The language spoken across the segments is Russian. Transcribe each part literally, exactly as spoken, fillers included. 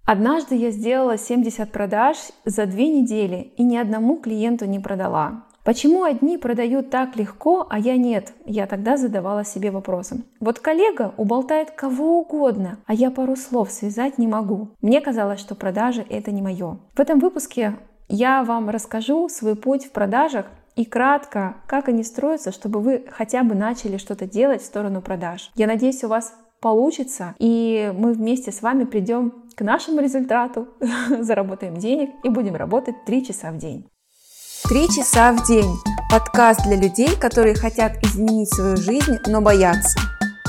Однажды я сделала семьдесят продаж за две недели и ни одному клиенту не продала. Почему одни продают так легко, а я нет? Я тогда задавала себе вопросом. Вот коллега уболтает кого угодно, а я пару слов связать не могу. Мне казалось, что продажи — это не мое. В этом выпуске я вам расскажу свой путь в продажах и кратко, как они строятся, чтобы вы хотя бы начали что-то делать в сторону продаж. Я надеюсь, у вас получится, и мы вместе с вами придем к нашему результату, заработаем денег и будем работать три часа в день. Три часа в день. Подкаст для людей, которые хотят изменить свою жизнь, но боятся.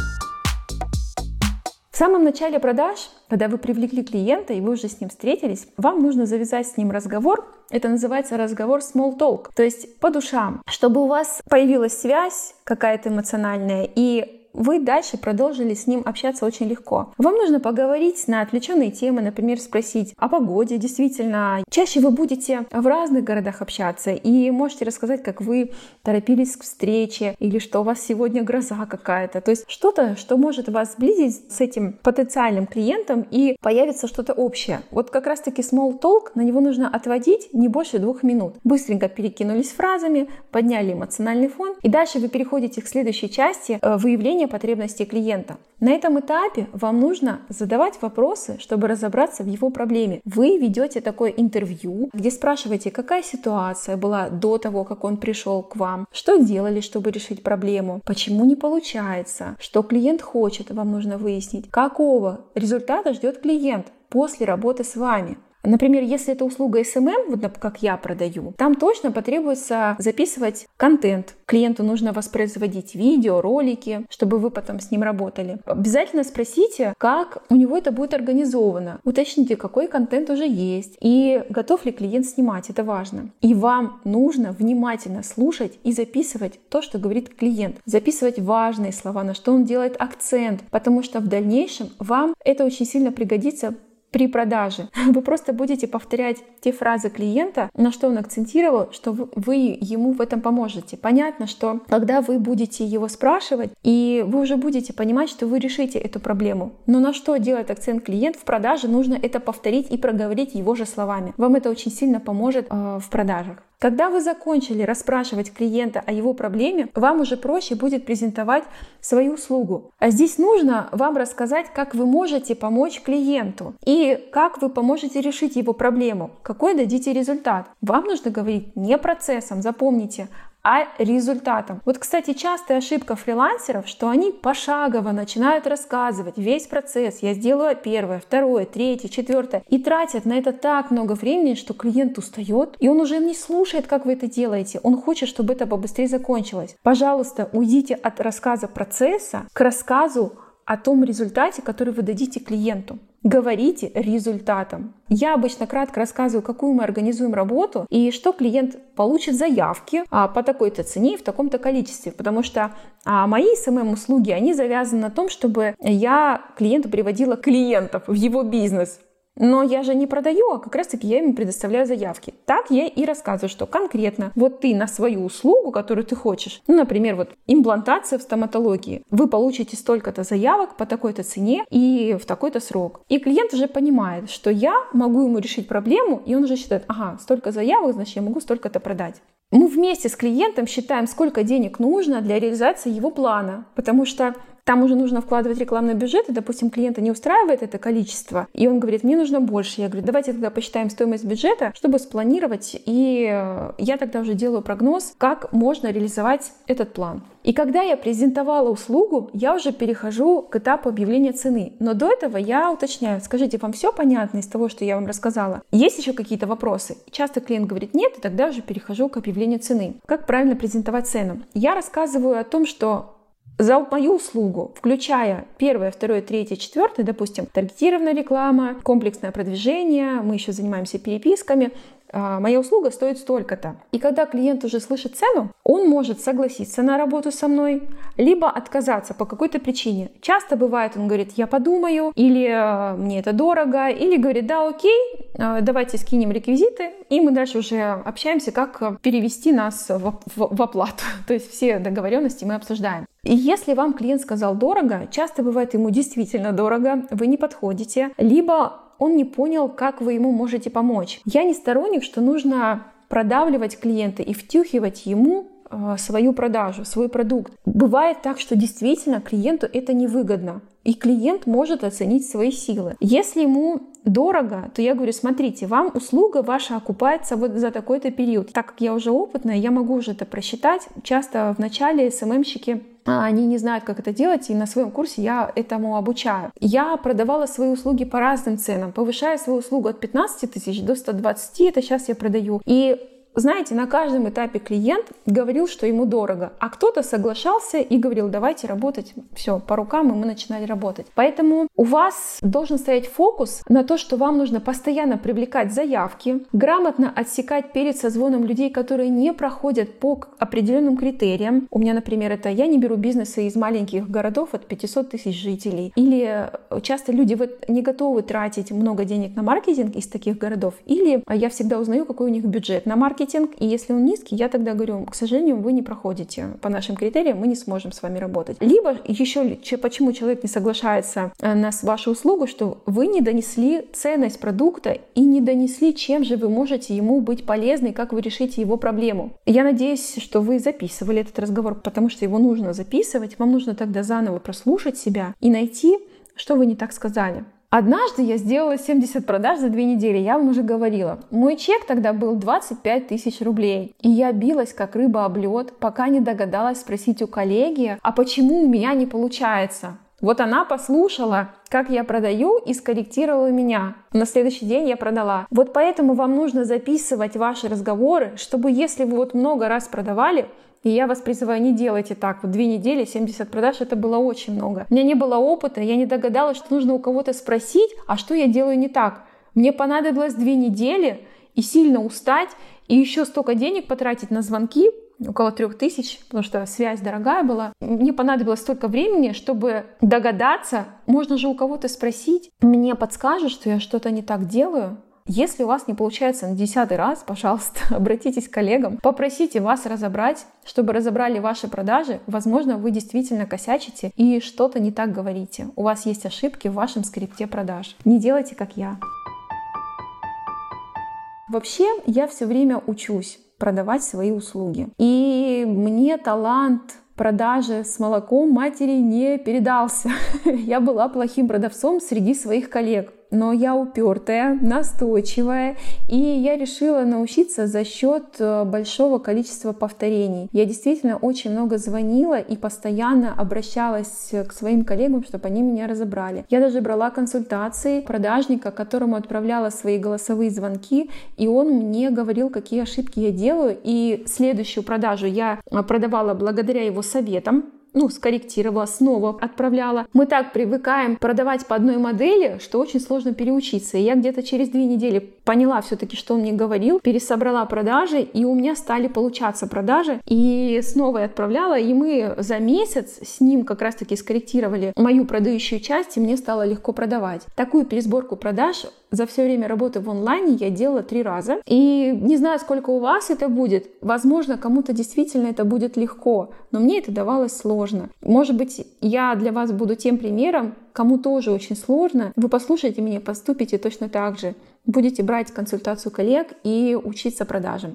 В самом начале продаж, когда вы привлекли клиента и вы уже с ним встретились, вам нужно завязать с ним разговор. Это называется разговор small talk, то есть по душам, чтобы у вас появилась связь какая-то эмоциональная, и вы дальше продолжили с ним общаться очень легко. Вам нужно поговорить на отвлеченные темы, например, спросить о погоде. Действительно, чаще вы будете в разных городах общаться и можете рассказать, как вы торопились к встрече или что у вас сегодня гроза какая-то. То есть что-то, что может вас сблизить с этим потенциальным клиентом и появится что-то общее. Вот как раз-таки small talk, на него нужно отводить не больше двух минут. Быстренько перекинулись фразами, подняли эмоциональный фон, и дальше вы переходите к следующей части выявления потребностей клиента. На этом этапе вам нужно задавать вопросы, чтобы разобраться в его проблеме. Вы ведете такое интервью, где спрашиваете, какая ситуация была до того, как он пришел к вам, что делали, чтобы решить проблему, почему не получается, что клиент хочет, вам нужно выяснить, какого результата ждет клиент после работы с вами. Например, если это услуга эс эм эм, вот как я продаю, там точно потребуется записывать контент. Клиенту нужно воспроизводить видео, ролики, чтобы вы потом с ним работали. Обязательно спросите, как у него это будет организовано. Уточните, какой контент уже есть и готов ли клиент снимать. Это важно. И вам нужно внимательно слушать и записывать то, что говорит клиент. Записывать важные слова, на что он делает акцент, потому что в дальнейшем вам это очень сильно пригодится при продаже. Вы просто будете повторять те фразы клиента, на что он акцентировал, что вы ему в этом поможете. Понятно, что когда вы будете его спрашивать, и вы уже будете понимать, что вы решите эту проблему. Но на что делает акцент клиент в продаже, нужно это повторить и проговорить его же словами. Вам это очень сильно поможет э, в продажах. Когда вы закончили расспрашивать клиента о его проблеме, вам уже проще будет презентовать свою услугу. А здесь нужно вам рассказать, как вы можете помочь клиенту и как вы поможете решить его проблему, какой дадите результат. Вам нужно говорить не процессом, запомните, а результатом. Вот, кстати, частая ошибка фрилансеров, что они пошагово начинают рассказывать весь процесс. Я сделаю первое, второе, третье, четвертое. И тратят на это так много времени, что клиент устает, и он уже не слушает, как вы это делаете. Он хочет, чтобы это побыстрее закончилось. Пожалуйста, уйдите от рассказа процесса к рассказу о том результате, который вы дадите клиенту. Говорите результатом. Я обычно кратко рассказываю, какую мы организуем работу и что клиент получит заявки а, по такой-то цене и в таком-то количестве, потому что а, мои эс эм эм-услуги, они завязаны на том, чтобы я клиенту приводила клиентов в его бизнес. Но я же не продаю, а как раз-таки я им предоставляю заявки. Так я и рассказываю, что конкретно вот ты на свою услугу, которую ты хочешь, ну, например, вот имплантация в стоматологии, вы получите столько-то заявок по такой-то цене и в такой-то срок. И клиент уже понимает, что я могу ему решить проблему, и он уже считает, ага, столько заявок, значит, я могу столько-то продать. Мы вместе с клиентом считаем, сколько денег нужно для реализации его плана, потому что там уже нужно вкладывать рекламный бюджет, и, допустим, клиента не устраивает это количество, и он говорит, мне нужно больше. Я говорю, давайте тогда посчитаем стоимость бюджета, чтобы спланировать, и я тогда уже делаю прогноз, как можно реализовать этот план. И когда я презентовала услугу, я уже перехожу к этапу объявления цены. Но до этого я уточняю, скажите, вам все понятно из того, что я вам рассказала? Есть еще какие-то вопросы? Часто клиент говорит нет, и тогда уже перехожу к объявлению цены. Как правильно презентовать цену? Я рассказываю о том, что за мою услугу, включая первое, второе, третье, четвертое, допустим, таргетированная реклама, комплексное продвижение, мы еще занимаемся переписками, моя услуга стоит столько-то. И когда клиент уже слышит цену, он может согласиться на работу со мной, либо отказаться по какой-то причине. Часто бывает, он говорит, я подумаю, или мне это дорого, или говорит, да, окей, давайте скинем реквизиты, и мы дальше уже общаемся, как перевести нас в, в, в оплату. То есть все договоренности мы обсуждаем. И если вам клиент сказал дорого, часто бывает ему действительно дорого, вы не подходите, либо он не понял, как вы ему можете помочь. Я не сторонник, что нужно продавливать клиента и втюхивать ему свою продажу, свой продукт. Бывает так, что действительно клиенту это невыгодно, и клиент может оценить свои силы. Если ему дорого, то я говорю, смотрите, вам услуга ваша окупается вот за такой-то период. Так как я уже опытная, я могу уже это просчитать. Часто в начале эс эм эм-щики они не знают, как это делать, и на своем курсе я этому обучаю. Я продавала свои услуги по разным ценам, повышая свою услугу от пятнадцати тысяч до ста двадцати, это сейчас я продаю. И знаете, на каждом этапе клиент говорил, что ему дорого, а кто-то соглашался и говорил, давайте работать, все, по рукам, и мы начинали работать. Поэтому у вас должен стоять фокус на то, что вам нужно постоянно привлекать заявки, грамотно отсекать перед созвоном людей, которые не проходят по определенным критериям. У меня, например, это я не беру бизнесы из маленьких городов от пятисот тысяч жителей. Или часто люди вот не готовы тратить много денег на маркетинг из таких городов. Или я всегда узнаю, какой у них бюджет на маркетинг. И если он низкий, я тогда говорю, к сожалению, вы не проходите по нашим критериям, мы не сможем с вами работать. Либо еще почему человек не соглашается на вашу услугу, что вы не донесли ценность продукта и не донесли, чем же вы можете ему быть полезны, как вы решите его проблему. Я надеюсь, что вы записывали этот разговор, потому что его нужно записывать. Вам нужно тогда заново прослушать себя и найти, что вы не так сказали. Однажды я сделала семьдесят продаж за две недели, я вам уже говорила. Мой чек тогда был двадцать пять тысяч рублей. И я билась, как рыба об лед, пока не догадалась спросить у коллеги, а почему у меня не получается. Вот она послушала, как я продаю, и скорректировала меня. На следующий день я продала. Вот поэтому вам нужно записывать ваши разговоры, чтобы если вы вот много раз продавали, и я вас призываю, не делайте так. Вот две недели, семьдесят продаж, это было очень много. У меня не было опыта, я не догадалась, что нужно у кого-то спросить, а что я делаю не так. Мне понадобилось две недели и сильно устать, и еще столько денег потратить на звонки, около трех тысяч, потому что связь дорогая была. Мне понадобилось столько времени, чтобы догадаться. Можно же у кого-то спросить. Мне подскажут, что я что-то не так делаю. Если у вас не получается на десятый раз, пожалуйста, обратитесь к коллегам, попросите вас разобрать, чтобы разобрали ваши продажи. Возможно, вы действительно косячите и что-то не так говорите. У вас есть ошибки в вашем скрипте продаж. Не делайте, как я. Вообще, я все время учусь продавать свои услуги. И мне талант продажи с молоком матери не передался. Я была плохим продавцом среди своих коллег. Но я упертая, настойчивая, и я решила научиться за счет большого количества повторений. Я действительно очень много звонила и постоянно обращалась к своим коллегам, чтобы они меня разобрали. Я даже брала консультации продажника, которому отправляла свои голосовые звонки, и он мне говорил, какие ошибки я делаю, и следующую продажу я продавала благодаря его советам. Ну, скорректировала, снова отправляла. Мы так привыкаем продавать по одной модели, что очень сложно переучиться. И я где-то через две недели поняла все-таки, что он мне говорил, пересобрала продажи, и у меня стали получаться продажи. И снова я отправляла, и мы за месяц с ним как раз-таки скорректировали мою продающую часть, и мне стало легко продавать. Такую пересборку продаж за все время работы в онлайне я делала три раза. И не знаю, сколько у вас это будет. Возможно, кому-то действительно это будет легко, но мне это давалось сложно. Может быть, я для вас буду тем примером, кому тоже очень сложно. Вы послушайте меня, поступите точно так же. Будете брать консультацию коллег и учиться продажам.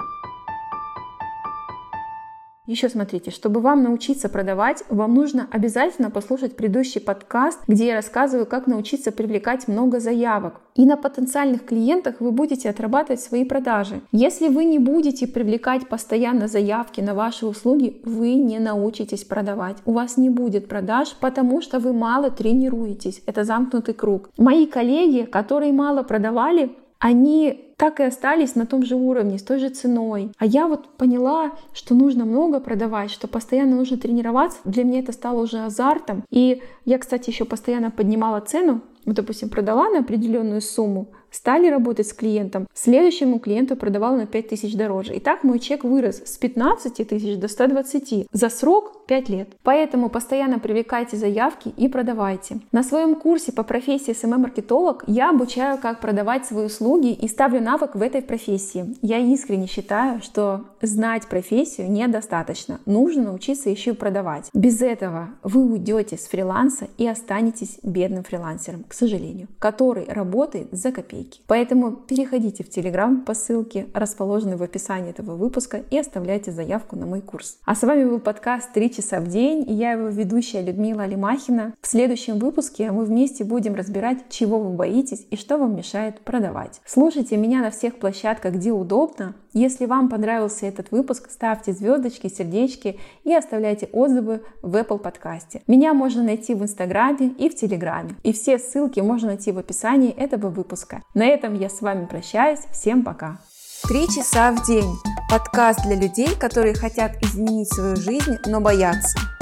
Еще смотрите, чтобы вам научиться продавать, вам нужно обязательно послушать предыдущий подкаст, где я рассказываю, как научиться привлекать много заявок. И на потенциальных клиентах вы будете отрабатывать свои продажи. Если вы не будете привлекать постоянно заявки на ваши услуги, вы не научитесь продавать. У вас не будет продаж, потому что вы мало тренируетесь. Это замкнутый круг. Мои коллеги, которые мало продавали, они так и остались на том же уровне, с той же ценой. А я вот поняла, что нужно много продавать, что постоянно нужно тренироваться. Для меня это стало уже азартом. И я, кстати, еще постоянно поднимала цену. Вот, допустим, продала на определенную сумму, стали работать с клиентом, следующему клиенту продавала на пять тысяч дороже. И так мой чек вырос с пятнадцати тысяч до ста двадцати за срок пять лет. Поэтому постоянно привлекайте заявки и продавайте. На своем курсе по профессии эс эм эм-маркетолог я обучаю, как продавать свои услуги и ставлю навык в этой профессии. Я искренне считаю, что знать профессию недостаточно. Нужно научиться еще и продавать. Без этого вы уйдете с фриланса и останетесь бедным фрилансером, к сожалению, который работает за копейки. Поэтому переходите в Телеграм по ссылке, расположенной в описании этого выпуска, и оставляйте заявку на мой курс. А с вами был подкаст «Три часа в день», и я его ведущая Людмила Алимахина. В следующем выпуске мы вместе будем разбирать, чего вы боитесь и что вам мешает продавать. Слушайте меня на всех площадках, где удобно. Если вам понравился этот выпуск, ставьте звездочки, сердечки и оставляйте отзывы в Apple подкасте. Меня можно найти в Инстаграме и в Телеграме. И все ссылки можно найти в описании этого выпуска. На этом я с вами прощаюсь. Всем пока! Три часа в день. Подкаст для людей, которые хотят изменить свою жизнь, но боятся.